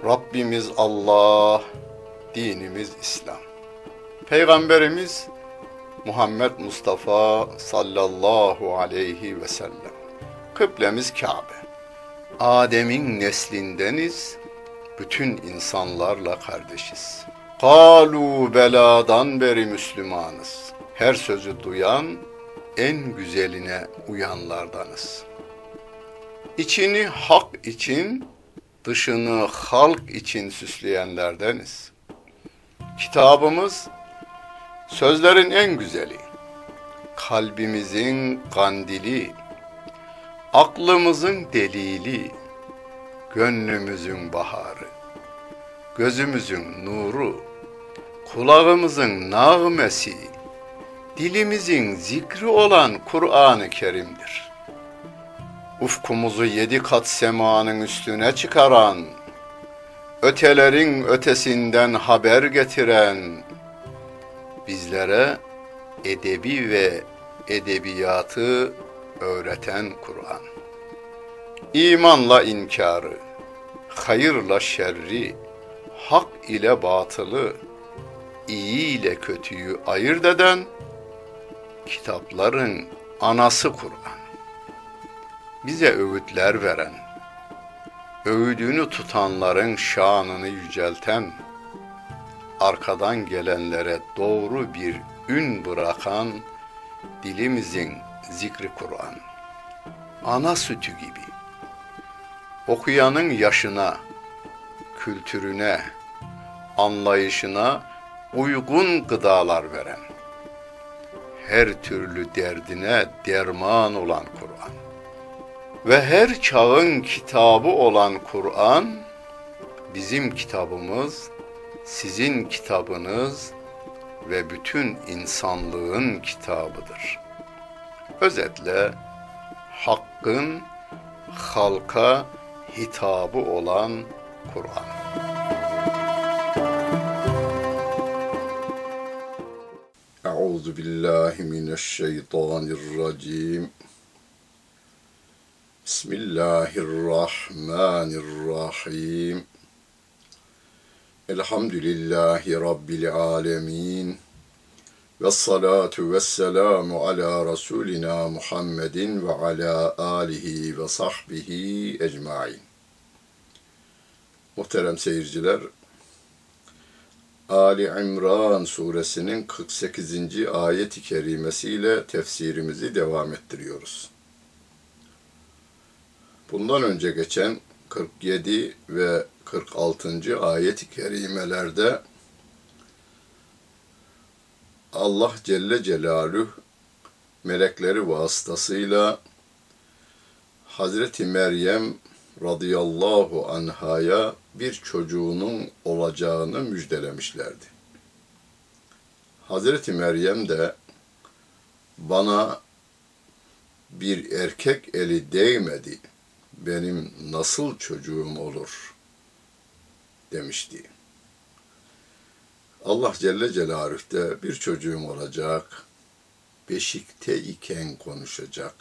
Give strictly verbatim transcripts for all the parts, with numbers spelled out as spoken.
Rabbimiz Allah, dinimiz İslam. Peygamberimiz Muhammed Mustafa sallallahu aleyhi ve sellem. Kıblemiz Kabe. Adem'in neslindeniz, bütün insanlarla kardeşiz. Kalu beladan beri Müslümanız. Her sözü duyan, en güzeline uyanlardanız. İçini hak için, dışını halk için süsleyenlerdeniz. Kitabımız, sözlerin en güzeli, kalbimizin kandili, aklımızın delili, gönlümüzün baharı, gözümüzün nuru, kulağımızın nağmesi, dilimizin zikri olan Kur'an-ı Kerim'dir. Ufkumuzu yedi kat semanın üstüne çıkaran, ötelerin ötesinden haber getiren, bizlere edebi ve edebiyatı öğreten Kur'an. İmanla inkarı, hayırla şerri, hak ile batılı, iyi ile kötüyü ayırt eden kitapların anası Kur'an. Bize öğütler veren, öğüdünü tutanların şanını yücelten, arkadan gelenlere doğru bir ün bırakan dilimizin zikri Kur'an. Ana sütü gibi, okuyanın yaşına, kültürüne, anlayışına uygun gıdalar veren, her türlü derdine derman olan Kur'an ve her çağın kitabı olan Kur'an, bizim kitabımız, sizin kitabınız ve bütün insanlığın kitabıdır. Özetle, hakkın halka hitabı olan Kur'an. Euzu billahi mineşşeytanirracim. Bismillahirrahmanirrahim. Elhamdülillahi Rabbil alemin. Vessalatu vesselamu ala Resulina Muhammedin ve ala alihi ve sahbihi ecmain. Muhterem seyirciler, Ali İmran suresinin kırk sekizinci ayet-i kerimesiyle tefsirimizi devam ettiriyoruz. Bundan önce geçen kırk yedi ve kırk altıncı ayet-i kerimelerde Allah Celle Celaluhu melekleri vasıtasıyla Hazreti Meryem radıyallahu anhaya bir çocuğunun olacağını müjdelemişlerdi. Hazreti Meryem de bana bir erkek eli değmedi, benim nasıl çocuğum olur demişti. Allah Celle Celaluhu de bir çocuğum olacak, beşikte iken konuşacak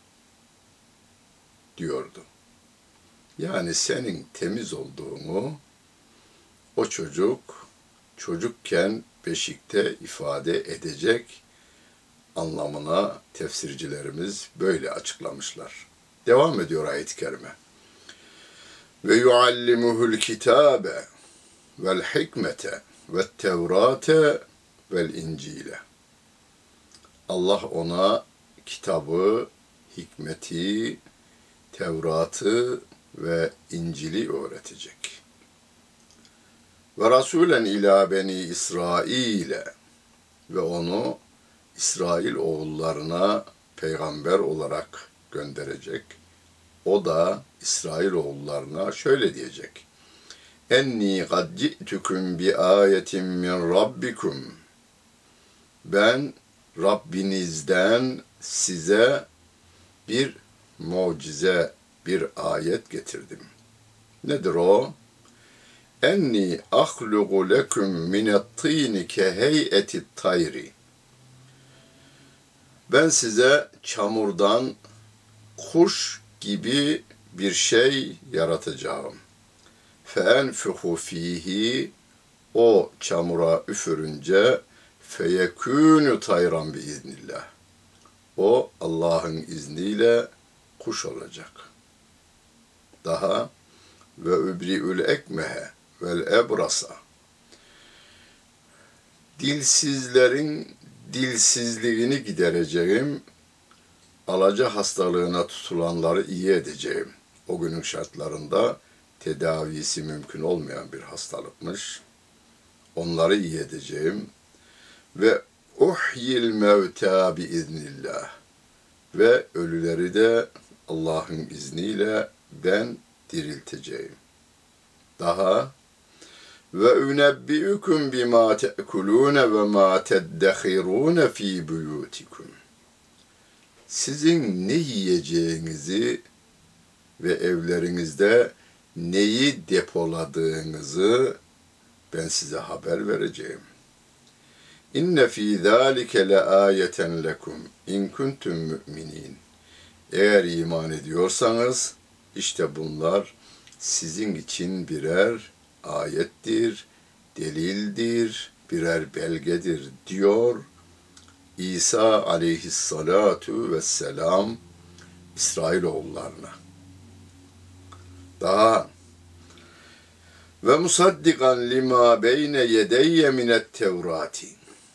diyordu. Yani senin temiz olduğunu o çocuk çocukken beşikte ifade edecek anlamına tefsircilerimiz böyle açıklamışlar. Devam ediyor ayet-i kerime. Ve yuallimuhul kitabe vel hikmete ve tevrate vel incile. Allah ona kitabı, hikmeti, Tevrat'ı ve İncil'i öğretecek. Ve rasulen ila beni İsrail'e, ve onu İsrail oğullarına peygamber olarak gönderecek. O da İsrail oğullarına şöyle diyecek: Enni kad ci'tukum bi ayetin min rabbikum. Ben Rabbinizden size bir mucize, bir ayet getirdim. Nedir o? Enni ahluqu lekum minet-tîni kehey'eti tayri. Ben size çamurdan kuş gibi bir şey yaratacağım. feenfuhu fihi, o çamura üfürünce feyekûnü tayran biiznillah, o Allah'ın izniyle kuş olacak. Daha ve übri'ül ekmehe vel ebrasa, dilsizlerin dilsizliğini gidereceğim, alaca hastalığına tutulanları iyi edeceğim. O günün şartlarında tedavisi mümkün olmayan bir hastalıkmış. Onları iyi edeceğim. Ve uhyil mevta biiznillah, ve ölüleri de Allah'ın izniyle ben dirilteceğim. Daha ve ünebbiukum bima te'kulun ve ma teddehirun fi buyutikum, sizin ne yiyeceğinizi ve evlerinizde neyi depoladığınızı ben size haber vereceğim. İnne fî zâlike le âyeten lekum in kuntum mu'minin. Eğer iman ediyorsanız işte bunlar sizin için birer ayettir, delildir, birer belgedir diyor İsa aleyhissalatu vesselam İsrailoğullarına. Daha ve musaddikan lima beyne yedeyye minet tevrati,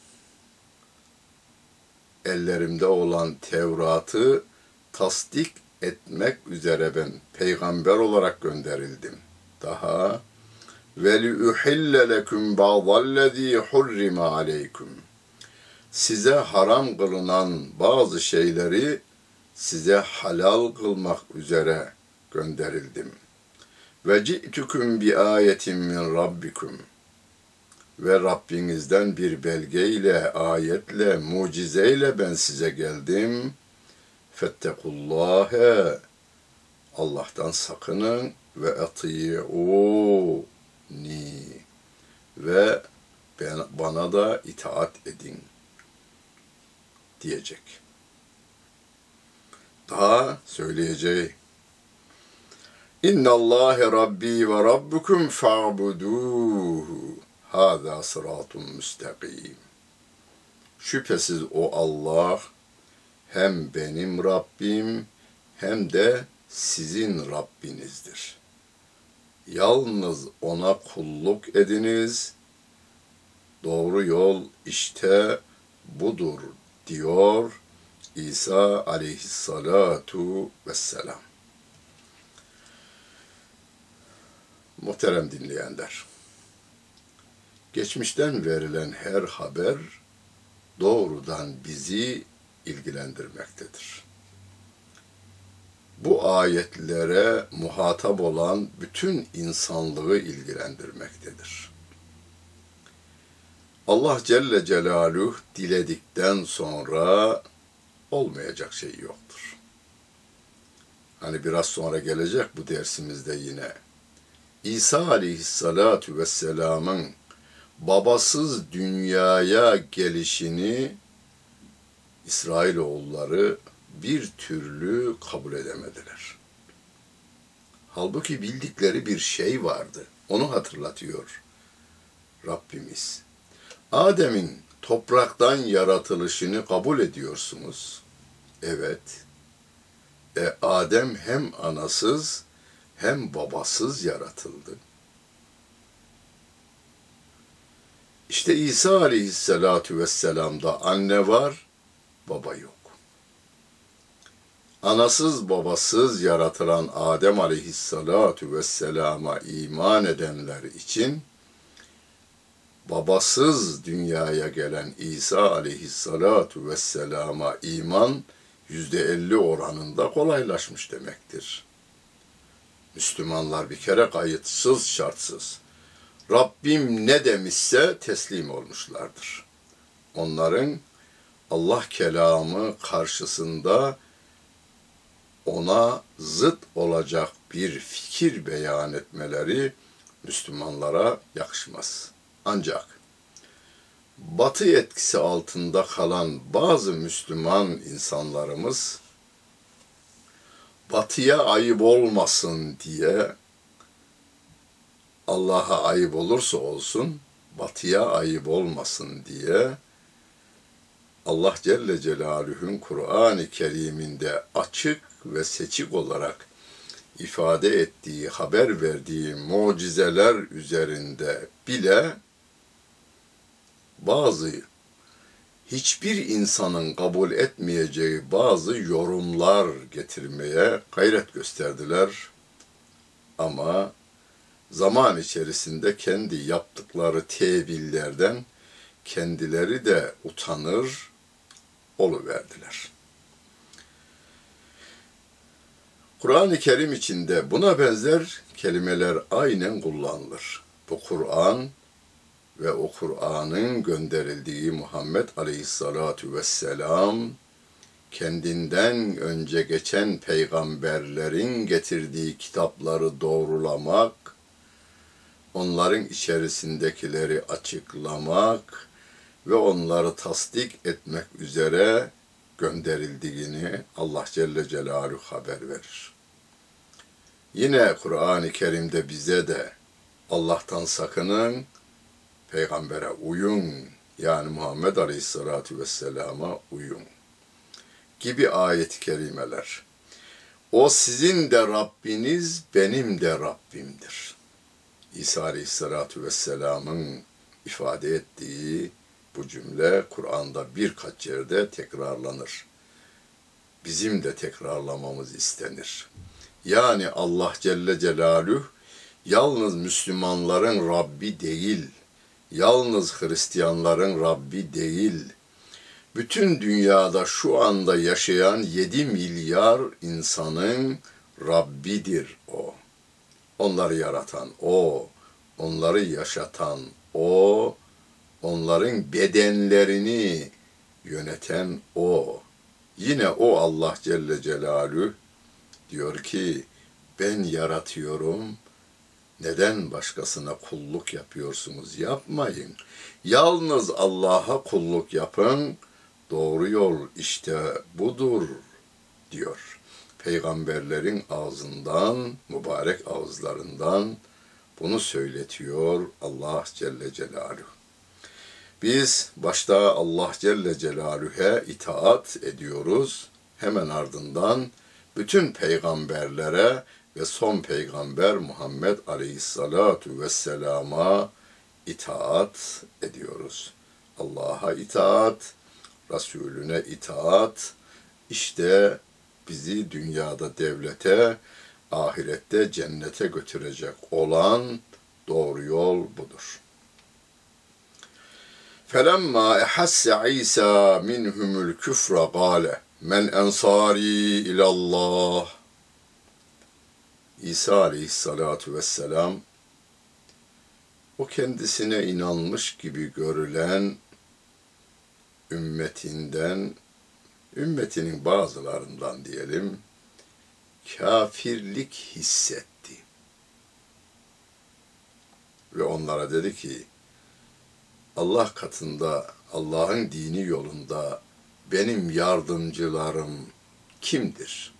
ellerimde olan Tevrat'ı tasdik etmek üzere ben peygamber olarak gönderildim. Daha ve liuhille lekum ba'dallezî hurrime aleykum, size haram kılınan bazı şeyleri size halal kılmak üzere gönderildim. Ve ci'tukum bi ayetin min rabbikum, ve Rabbinizden bir belgeyle, ayetle, mucizeyle ben size geldim. Fettekullâhe, Allah'tan sakının, ve ati'ûni, ve ben, bana da itaat edin diyecek. Daha söyleyeceği, İnna Allahe Rabbi ve Rabbukum fa'buduhu. Hâzâ sıratun müstakîm. Şüphesiz o Allah hem benim Rabbim hem de sizin Rabbinizdir. Yalnız ona kulluk ediniz. Doğru yol işte budur diyor İsa aleyhissalatu vesselam. Muhterem dinleyenler, geçmişten verilen her haber doğrudan bizi ilgilendirmektedir. Bu ayetlere muhatap olan bütün insanlığı ilgilendirmektedir. Allah Celle Celaluhu diledikten sonra olmayacak şey yoktur. Hani biraz sonra gelecek bu dersimizde yine. İsa aleyhissalatu vesselamın babasız dünyaya gelişini İsrailoğulları bir türlü kabul edemediler. Halbuki bildikleri bir şey vardı. Onu hatırlatıyor Rabbimiz. Adem'in topraktan yaratılışını kabul ediyorsunuz. Evet. E, Adem hem anasız hem babasız yaratıldı. İşte İsa aleyhissalatu vesselam'da anne var, baba yok. Anasız babasız yaratılan Adem aleyhissalatu vesselama iman edenler için babasız dünyaya gelen İsa aleyhissalatu vesselama iman yüzde elli oranında kolaylaşmış demektir. Müslümanlar bir kere kayıtsız şartsız Rabbim ne demişse teslim olmuşlardır. Onların Allah kelamı karşısında ona zıt olacak bir fikir beyan etmeleri Müslümanlara yakışmaz. Ancak Batı etkisi altında kalan bazı Müslüman insanlarımız Batı'ya ayıp olmasın diye Allah'a ayıp olursa olsun, batıya ayıp olmasın diye Allah Celle Celaluhu'nun Kur'an-ı Kerim'inde açık ve seçik olarak ifade ettiği, haber verdiği mucizeler üzerinde bile bazı hiçbir insanın kabul etmeyeceği bazı yorumlar getirmeye gayret gösterdiler. Ama zaman içerisinde kendi yaptıkları tevillerden kendileri de utanır oluverdiler. Kur'an-ı Kerim içinde buna benzer kelimeler aynen kullanılır. Bu Kur'an ve o Kur'an'ın gönderildiği Muhammed Aleyhissalatu vesselam, kendinden önce geçen peygamberlerin getirdiği kitapları doğrulamak, onların içerisindekileri açıklamak ve onları tasdik etmek üzere gönderildiğini Allah Celle Celaluhu haber verir. Yine Kur'an-ı Kerim'de bize de Allah'tan sakının, peygambere uyun, yani Muhammed Aleyhisselatü Vesselam'a uyun gibi ayet-i kerimeler. O sizin de Rabbiniz, benim de Rabbimdir. İsa Aleyhisselatü Vesselam'ın ifade ettiği bu cümle Kur'an'da birkaç yerde tekrarlanır. Bizim de tekrarlamamız istenir. Yani Allah Celle Celaluhu yalnız Müslümanların Rabbi değil, yalnız Hristiyanların Rabbi değil, bütün dünyada şu anda yaşayan yedi milyar insanın Rabbidir o. Onları yaratan o, onları yaşatan o, onların bedenlerini yöneten o. Yine o Allah Celle Celaluhu diyor ki, ben yaratıyorum, neden başkasına kulluk yapıyorsunuz? Yapmayın. Yalnız Allah'a kulluk yapın, doğru yol işte budur diyor. Peygamberlerin ağzından, mübarek ağızlarından bunu söyletiyor Allah Celle Celaluhu. Biz başta Allah Celle Celaluhu'ya itaat ediyoruz. Hemen ardından bütün peygamberlere ve son peygamber Muhammed Aleyhissalatu Vesselam'a itaat ediyoruz. Allah'a itaat, Resulüne itaat, işte bizi dünyada devlete, ahirette cennete götürecek olan doğru yol budur. فَلَمَّا اَحَسَّ عِيسَى مِنْهُمُ الْكُفْرَ قَالَ مَنْ اَنْصَارِي اِلَى اللّٰهِ İsa Aleyhissalatu Vesselam, o kendisine inanmış gibi görülen ümmetinden, ümmetinin bazılarından diyelim, kafirlik hissetti. Ve onlara dedi ki, Allah katında, Allah'ın dini yolunda benim yardımcılarım kimdir?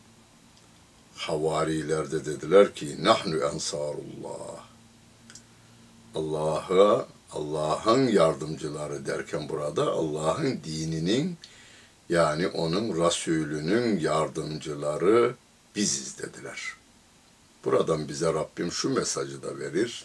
Havariler de dediler ki, nahnu ensarullah. Allah'a, Allah'ın yardımcıları derken burada Allah'ın dininin, yani onun Resulünün yardımcıları biziz dediler. Buradan bize Rabbim şu mesajı da verir.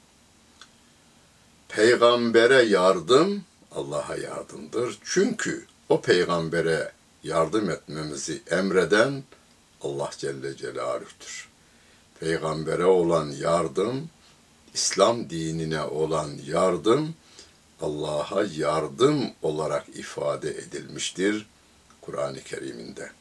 Peygambere yardım Allah'a yardımdır. Çünkü o peygambere yardım etmemizi emreden Allah Celle Celaluhu'dur. Peygambere olan yardım, İslam dinine olan yardım, Allah'a yardım olarak ifade edilmiştir Kur'an-ı Kerim'inde.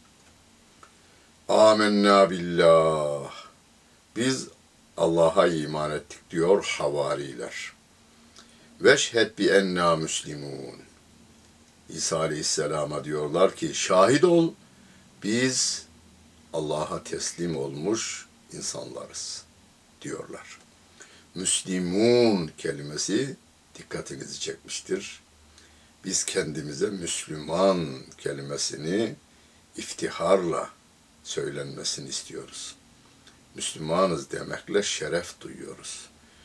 Âmennâ billah. Biz Allah'a iman ettik diyor havariler. Veşhed bi enna müslimûn. İsa Aleyhisselam'a diyorlar ki, şahit ol, biz Allah'a teslim olmuş insanlarız diyorlar. Müslimun kelimesi dikkatinizi çekmiştir. Biz kendimize Müslüman kelimesini iftiharla söylenmesini istiyoruz. Müslümanız demekle şeref duyuyoruz.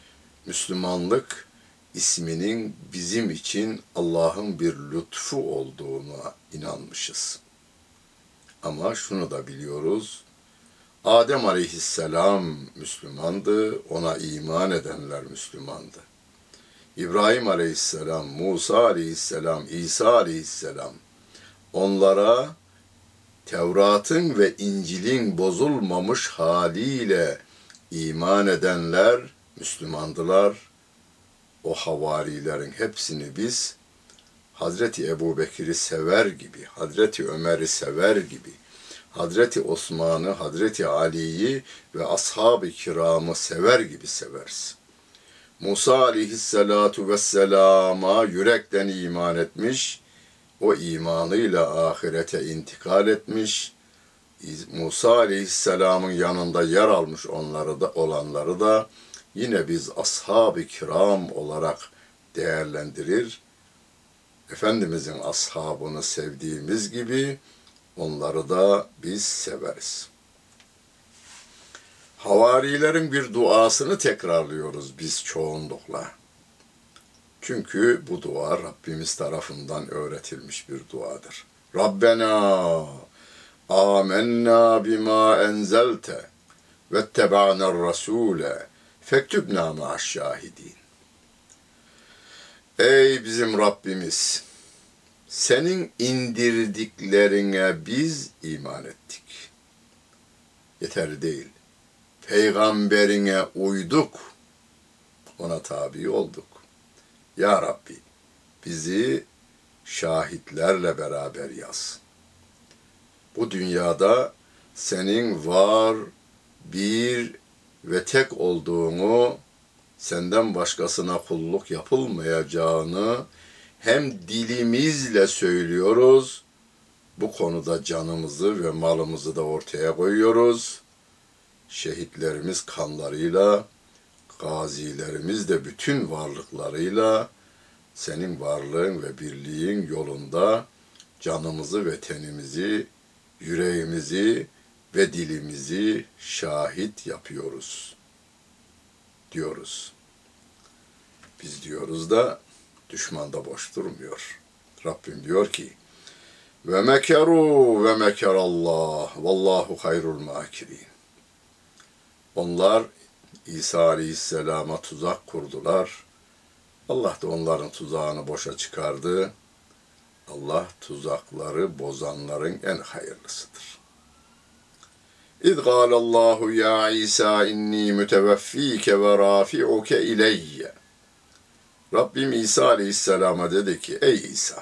Müslümanlık isminin bizim için Allah'ın bir lütfu olduğuna inanmışız. Ama şunu da biliyoruz, Adem aleyhisselam Müslümandı, ona iman edenler Müslümandı. İbrahim aleyhisselam, Musa aleyhisselam, İsa aleyhisselam, onlara Tevrat'ın ve İncil'in bozulmamış haliyle iman edenler Müslümandılar. O havarilerin hepsini biz Hazreti Ebubekir'i sever gibi, Hazreti Ömer'i sever gibi, Hazreti Osman'ı, Hazreti Ali'yi ve ashab-ı kiramı sever gibi severiz. Musa aleyhissalatu vesselama yürekten iman etmiş, o imanıyla ahirete intikal etmiş. Musa aleyhisselamın yanında yer almış onları da, olanları da yine biz ashab-ı kiram olarak değerlendirir. Efendimizin ashabını sevdiğimiz gibi onları da biz severiz. Havarilerin bir duasını tekrarlıyoruz biz çoğunlukla. Çünkü bu dua Rabbimiz tarafından öğretilmiş bir duadır. Rabbena amennâ bima enzelte vetteba'ner rasûle fektübnâ ma'aş-şâhidîn. Ey bizim Rabbimiz! Senin indirdiklerine biz iman ettik. Yeterli değil. Peygamberine uyduk. Ona tabi olduk. Ya Rabbi, bizi şahitlerle beraber yaz. Bu dünyada senin var, bir ve tek olduğunu, senden başkasına kulluk yapılmayacağını hem dilimizle söylüyoruz, bu konuda canımızı ve malımızı da ortaya koyuyoruz. Şehitlerimiz kanlarıyla, gazilerimiz de bütün varlıklarıyla senin varlığın ve birliğin yolunda canımızı ve tenimizi, yüreğimizi ve dilimizi şahit yapıyoruz diyoruz. Biz diyoruz da düşman da boş durmuyor. Rabbim diyor ki ve mekeru ve mekerallah vallahu hayrul makirin. Onlar İsa aleyhisselama tuzak kurdular. Allah da onların tuzağını boşa çıkardı. Allah tuzakları bozanların en hayırlısıdır. İz gâlallahu ya İsa inni müteveffîke ve râfi'uke ileyye. Rabbim İsa aleyhisselama dedi ki, ey İsa,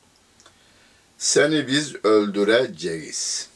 seni biz öldüreceğiz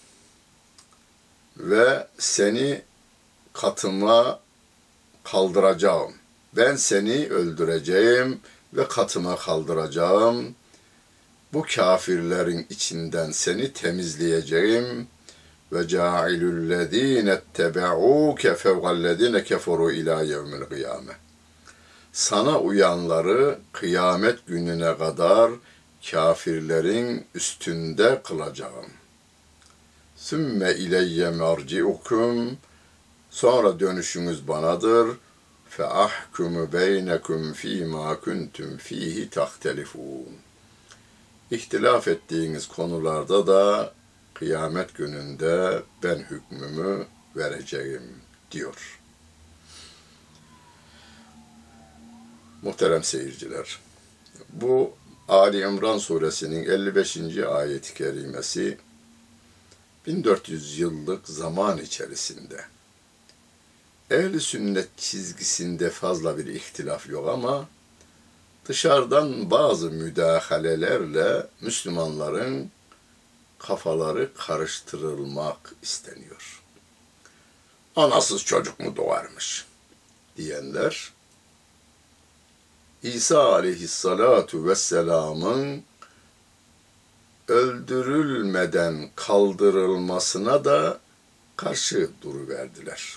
ve seni katıma kaldıracağım. Ben seni öldüreceğim ve katıma kaldıracağım. Bu kafirlerin içinden seni temizleyeceğim. Ve câilüllezîne ettebe'ûke fevgallezîne keferû ilâ yevmil kıyâme. Sana uyanları kıyamet gününe kadar kafirlerin üstünde kılacağım. Sümme ileyye merci'ukum. Sonra dönüşünüz banadır. Fe ahkumu beynekum fîmâ kuntum fîhi tahtelifûn. İhtilaf ettiğiniz konularda da kıyamet gününde ben hükmümü vereceğim diyor. Muhterem seyirciler, bu Ali İmran suresinin elli beşinci ayet-i kerimesi bin dört yüz yıllık zaman içerisinde ehl-i sünnet çizgisinde fazla bir ihtilaf yok ama dışarıdan bazı müdahalelerle Müslümanların kafaları karıştırılmak isteniyor. Anasız çocuk mu doğarmış diyenler, İsa aleyhissalatu vesselamın öldürülmeden kaldırılmasına da karşı duruverdiler.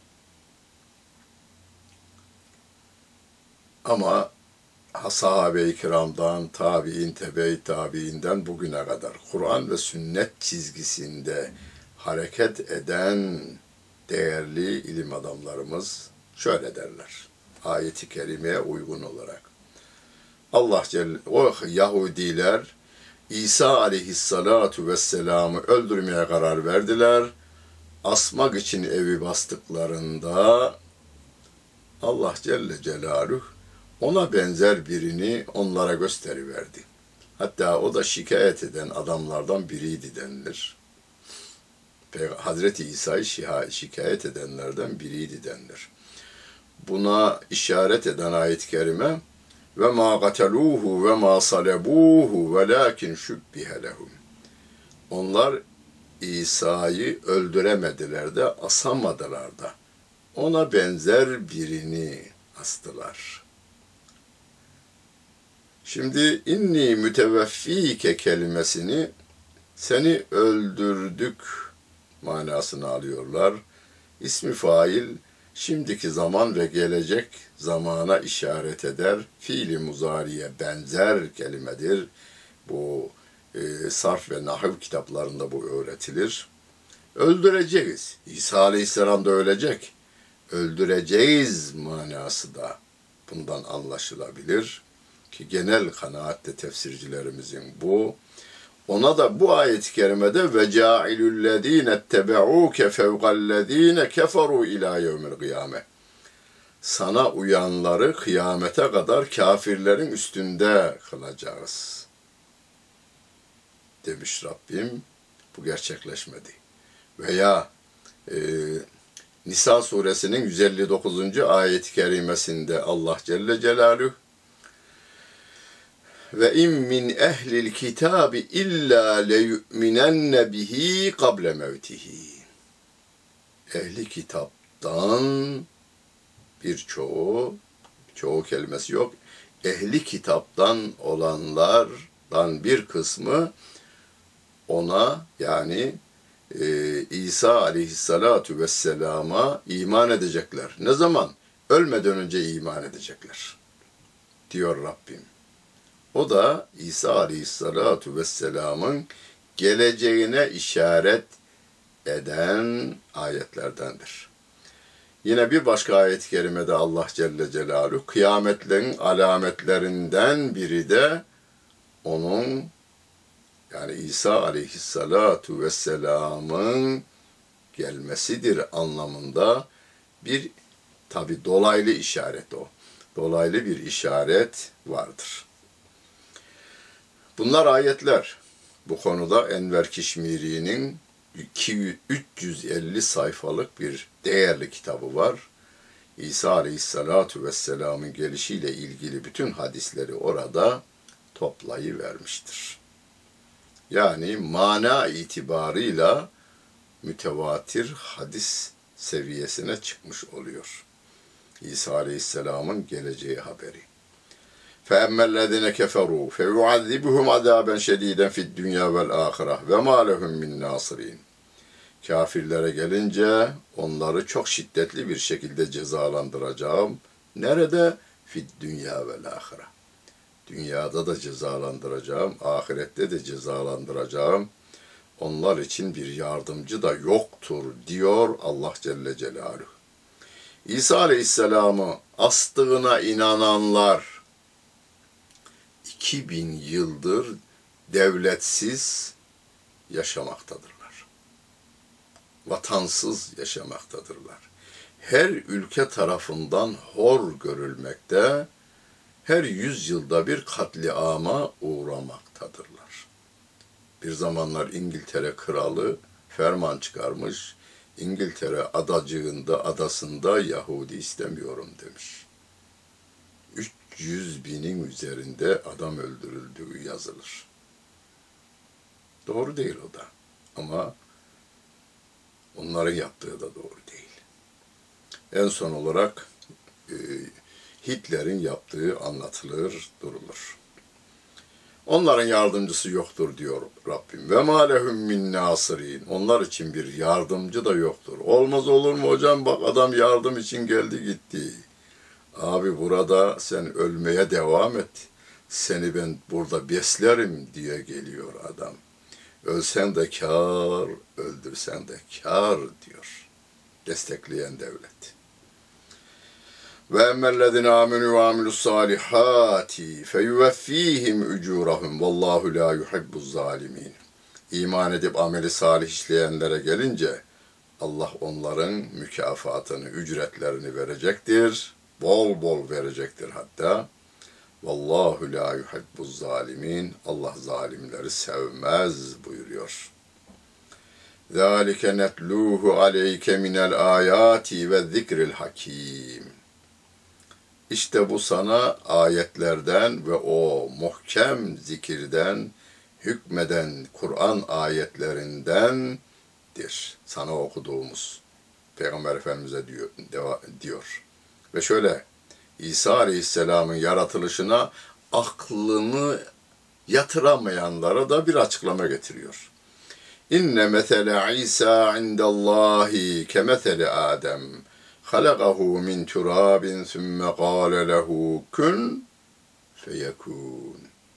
Ama sahabe-i kiramdan, tabi'in, tebe-i tabi'inden bugüne kadar Kur'an ve sünnet çizgisinde hareket eden değerli ilim adamlarımız şöyle derler. ayeti kerimeye uygun olarak. Allah Celle, o Yahudiler İsa aleyhissalatu vesselam'ı öldürmeye karar verdiler. Asmak için evi bastıklarında Allah Celle Celaluhu ona benzer birini onlara gösteriverdi. Hatta o da şikayet eden adamlardan biriydi denilir. Hazreti İsa'yı şikayet edenlerden biriydi denilir. Buna işaret eden ayet-i kerime ve ma qataluhu ve ma salabuhu velakin şubbihe lehum. Onlar İsa'yı öldüremediler de asamadılar da. Ona benzer birini astılar. Şimdi inni müteveffike kelimesini seni öldürdük manasını alıyorlar. İsmi fail şimdiki zaman ve gelecek zamana işaret eder. Fiili muzariye benzer kelimedir. Bu e, sarf ve nahiv kitaplarında bu öğretilir. Öldüreceğiz. İsa Aleyhisselam da ölecek. Öldüreceğiz manası da bundan anlaşılabilir. Ki genel kanaatte tefsircilerimizin bu. Ona da bu ayet-i kerimede ve câilüllezîne ettebe'ûke fevgallezîne keferû ilâ yevmil kıyâme. Sana uyanları kıyamete kadar kafirlerin üstünde kılacağız demiş Rabbim. Bu gerçekleşmedi. Veya e, Nisa suresinin yüz elli dokuzuncu ayet-i kerimesinde Allah Celle Celaluhu ve in min ehlil kitabi illa leyu'minenne bihi kable mevtihi. Ehli kitaptan birçoğu, çoğu kelimesi yok, ehli kitaptan olanlardan bir kısmı ona yani e, İsa aleyhissalatu vesselama iman edecekler. Ne zaman? Ölmeden önce iman edecekler diyor Rabbim. O da İsa aleyhissalatu vesselamın geleceğine işaret eden ayetlerdendir. Yine bir başka ayet-i kerimede Allah Celle Celaluhu kıyametlerin alametlerinden biri de onun yani İsa aleyhissalatu vesselamın gelmesidir anlamında bir tabi dolaylı işaret o. Dolaylı bir işaret vardır. Bunlar ayetler. Bu konuda Enver Kişmiri'nin üç yüz elli sayfalık bir değerli kitabı var. İsa Aleyhisselatu Vesselam'ın gelişiyle ilgili bütün hadisleri orada toplayıvermiştir. Yani mana itibarıyla mütevatir hadis seviyesine çıkmış oluyor. İsa Aleyhisselam'ın geleceği haberi. فَاَمَّا الَّذِينَ كَفَرُوا فَيُعَذِّبُهُمْ عَذَابًا شَد۪يدًا فِي الدُّنْيَا وَالْآخِرَةِ وَمَا لَهُمْ مِنْ نَاصِرِينَ. Kafirlere gelince onları çok şiddetli bir şekilde cezalandıracağım. Nerede? Fid dünya vel ahire. Dünyada da cezalandıracağım, ahirette de cezalandıracağım. Onlar için bir yardımcı da yoktur diyor Allah Celle Celaluhu. İsa Aleyhisselam'ı astığına inananlar iki bin yıldır devletsiz yaşamaktadırlar. Vatansız yaşamaktadırlar. Her ülke tarafından hor görülmekte, her yüzyılda bir katliama uğramaktadırlar. Bir zamanlar İngiltere kralı ferman çıkarmış, İngiltere adacığında, adasında Yahudi istemiyorum demiş. üç yüz binin üzerinde adam öldürüldüğü yazılır. Doğru değil o da. Ama onların yaptığı da doğru değil. En son olarak e, Hitler'in yaptığı anlatılır, durulur. Onların yardımcısı yoktur diyor Rabbim. Ve ma lehum min nasirin. Onlar için bir yardımcı da yoktur. Olmaz olur mu hocam? Bak adam yardım için geldi gitti. Abi burada sen ölmeye devam et. Seni ben burada beslerim diye geliyor adam. Ölsen de kâr, öldürsen de kâr diyor. Destekleyen devlet. Ve emmellezine amenu ve amilus salihati feyuveffihim ücurahum vallahu la yuhibbuz zalimin. İman edip ameli salih işleyenlere gelince Allah onların mükafatını, ücretlerini verecektir. Bol bol verecektir hatta. Vallahu la yuhibbuz zalimin. Allah zalimleri sevmez buyuruyor. Zalike netluhu aleyke minel ayati ve zikril hakim. İşte bu sana ayetlerden ve o muhkem zikirden, hükmeden Kur'an ayetlerindendir. Sana okuduğumuz Peygamber Efendimiz'e diyor, diyor. Ve şöyle, İsa Aleyhisselam'ın yaratılışına aklını yatıramayanlara da bir açıklama getiriyor. İnne mesele İsa indallahi kemesele Adem. Halakahu min turabin sümme kâle lehu kun feyekûn.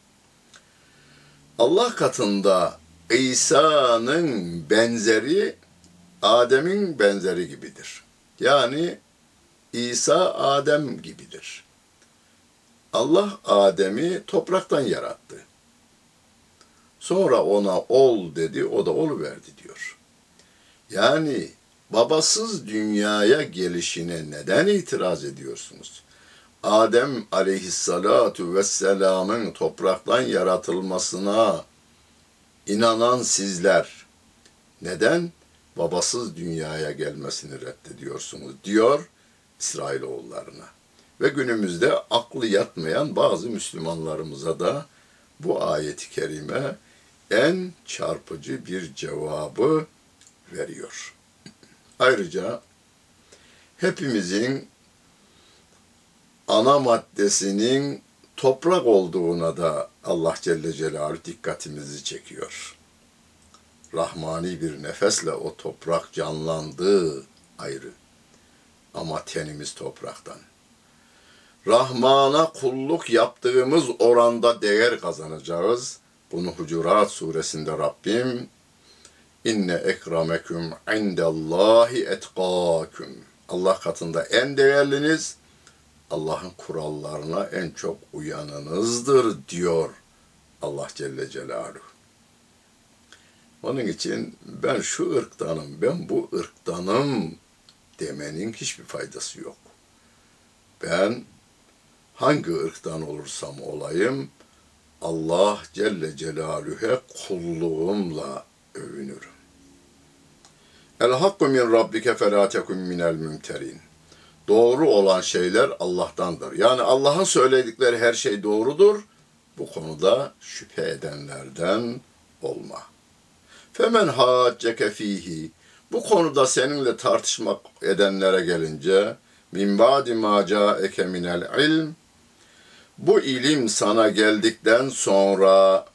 Allah katında İsa'nın benzeri Adem'in benzeri gibidir. Yani İsa Adem gibidir. Allah Adem'i topraktan yarattı. Sonra ona ol dedi, o da oluverdi diyor. Yani babasız dünyaya gelişine neden itiraz ediyorsunuz? Adem aleyhissalatu vesselamın topraktan yaratılmasına inanan sizler neden babasız dünyaya gelmesini reddediyorsunuz diyor İsrailoğullarına. Ve günümüzde aklı yatmayan bazı Müslümanlarımıza da bu ayeti kerime en çarpıcı bir cevabı veriyor. Ayrıca hepimizin ana maddesinin toprak olduğuna da Allah Celle Celaluhu dikkatimizi çekiyor. Rahmani bir nefesle o toprak canlandığı ayrı. Ama tenimiz topraktan. Rahman'a kulluk yaptığımız oranda değer kazanacağız. Bunu Hucurat suresinde Rabbim İnne ekremeküm indallahi etkâküm. Allah katında en değerliniz, Allah'ın kurallarına en çok uyanınızdır diyor Allah Celle Celaluhu. Onun için ben şu ırktanım, ben bu ırktanım demenin hiçbir faydası yok. Ben hangi ırktan olursam olayım, Allah Celle Celaluhu'ya kulluğumla övünürüm. El hakku min rabbike felâ tekun minel mümterin. Doğru olan şeyler Allah'tandır. Yani Allah'ın söyledikleri her şey doğrudur. Bu konuda şüphe edenlerden olma. Femen hacceke fihi. Bu konuda seninle tartışmak edenlere gelince min ba'di ma ca'eke minel ilm. Bu ilim sana geldikten sonra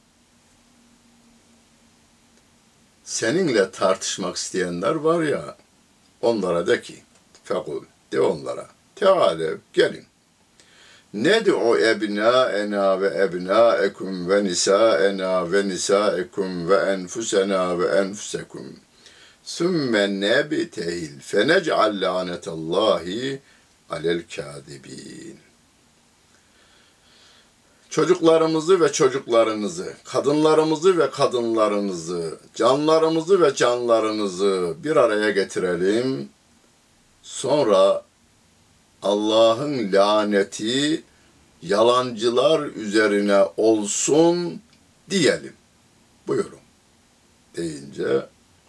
seninle tartışmak isteyenler var ya, onlara de ki, fekul, de onlara, teâle, gelin. Ned'u ebnâena ve ebnâekum ve nisâena ve nisâekum ve enfusena ve enfusekum. Sümme nebtehil fenec'al lânetallahi alel kâdibîn. Çocuklarımızı ve çocuklarınızı, kadınlarımızı ve kadınlarınızı, canlarımızı ve canlarınızı bir araya getirelim. Sonra Allah'ın laneti yalancılar üzerine olsun diyelim. Buyurun. Deyince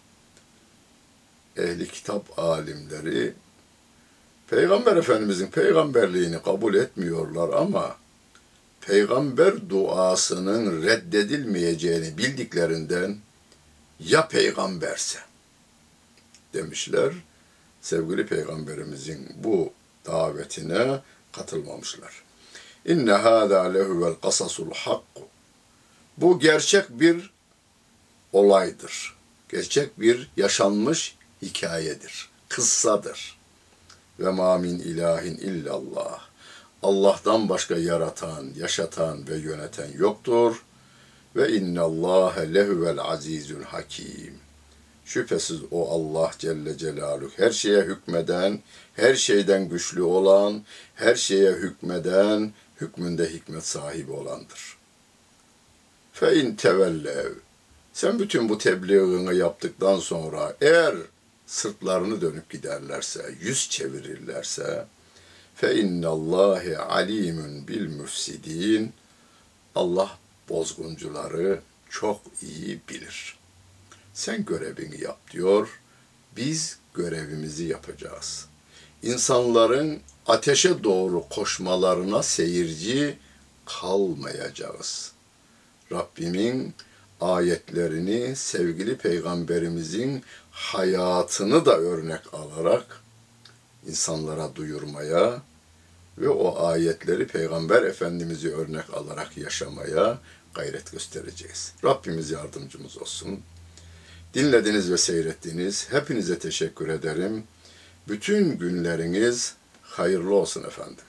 ehli kitap alimleri Peygamber Efendimizin peygamberliğini kabul etmiyorlar ama peygamber duasının reddedilmeyeceğini bildiklerinden ya peygamberse demişler, sevgili peygamberimizin bu davetine katılmamışlar. İnne hâzâ lehuvel kasasul hakku. Bu gerçek bir olaydır. Gerçek bir yaşanmış hikayedir. Kıssadır. Ve mâ min ilahin illallah. Allah'tan başka yaratan, yaşatan ve yöneten yoktur. Ve innallâhe lehuvel azîzül hakîm. Şüphesiz o Allah Celle Celaluhu her şeye hükmeden, her şeyden güçlü olan, her şeye hükmeden, hükmünde hikmet sahibi olandır. Fe in tevellev. Sen bütün bu tebliğini yaptıktan sonra eğer sırtlarını dönüp giderlerse, yüz çevirirlerse fe innallâhe alîmün bil müfsidîn. Allah bozguncuları çok iyi bilir. Sen görevini yap diyor. Biz görevimizi yapacağız. İnsanların ateşe doğru koşmalarına seyirci kalmayacağız. Rabbimin ayetlerini, sevgili peygamberimizin hayatını da örnek alarak insanlara duyurmaya ve o ayetleri peygamber efendimizi örnek alarak yaşamaya gayret göstereceğiz. Rabbimiz yardımcımız olsun. Dinlediniz ve seyrettiniz. Hepinize teşekkür ederim. Bütün günleriniz hayırlı olsun efendim.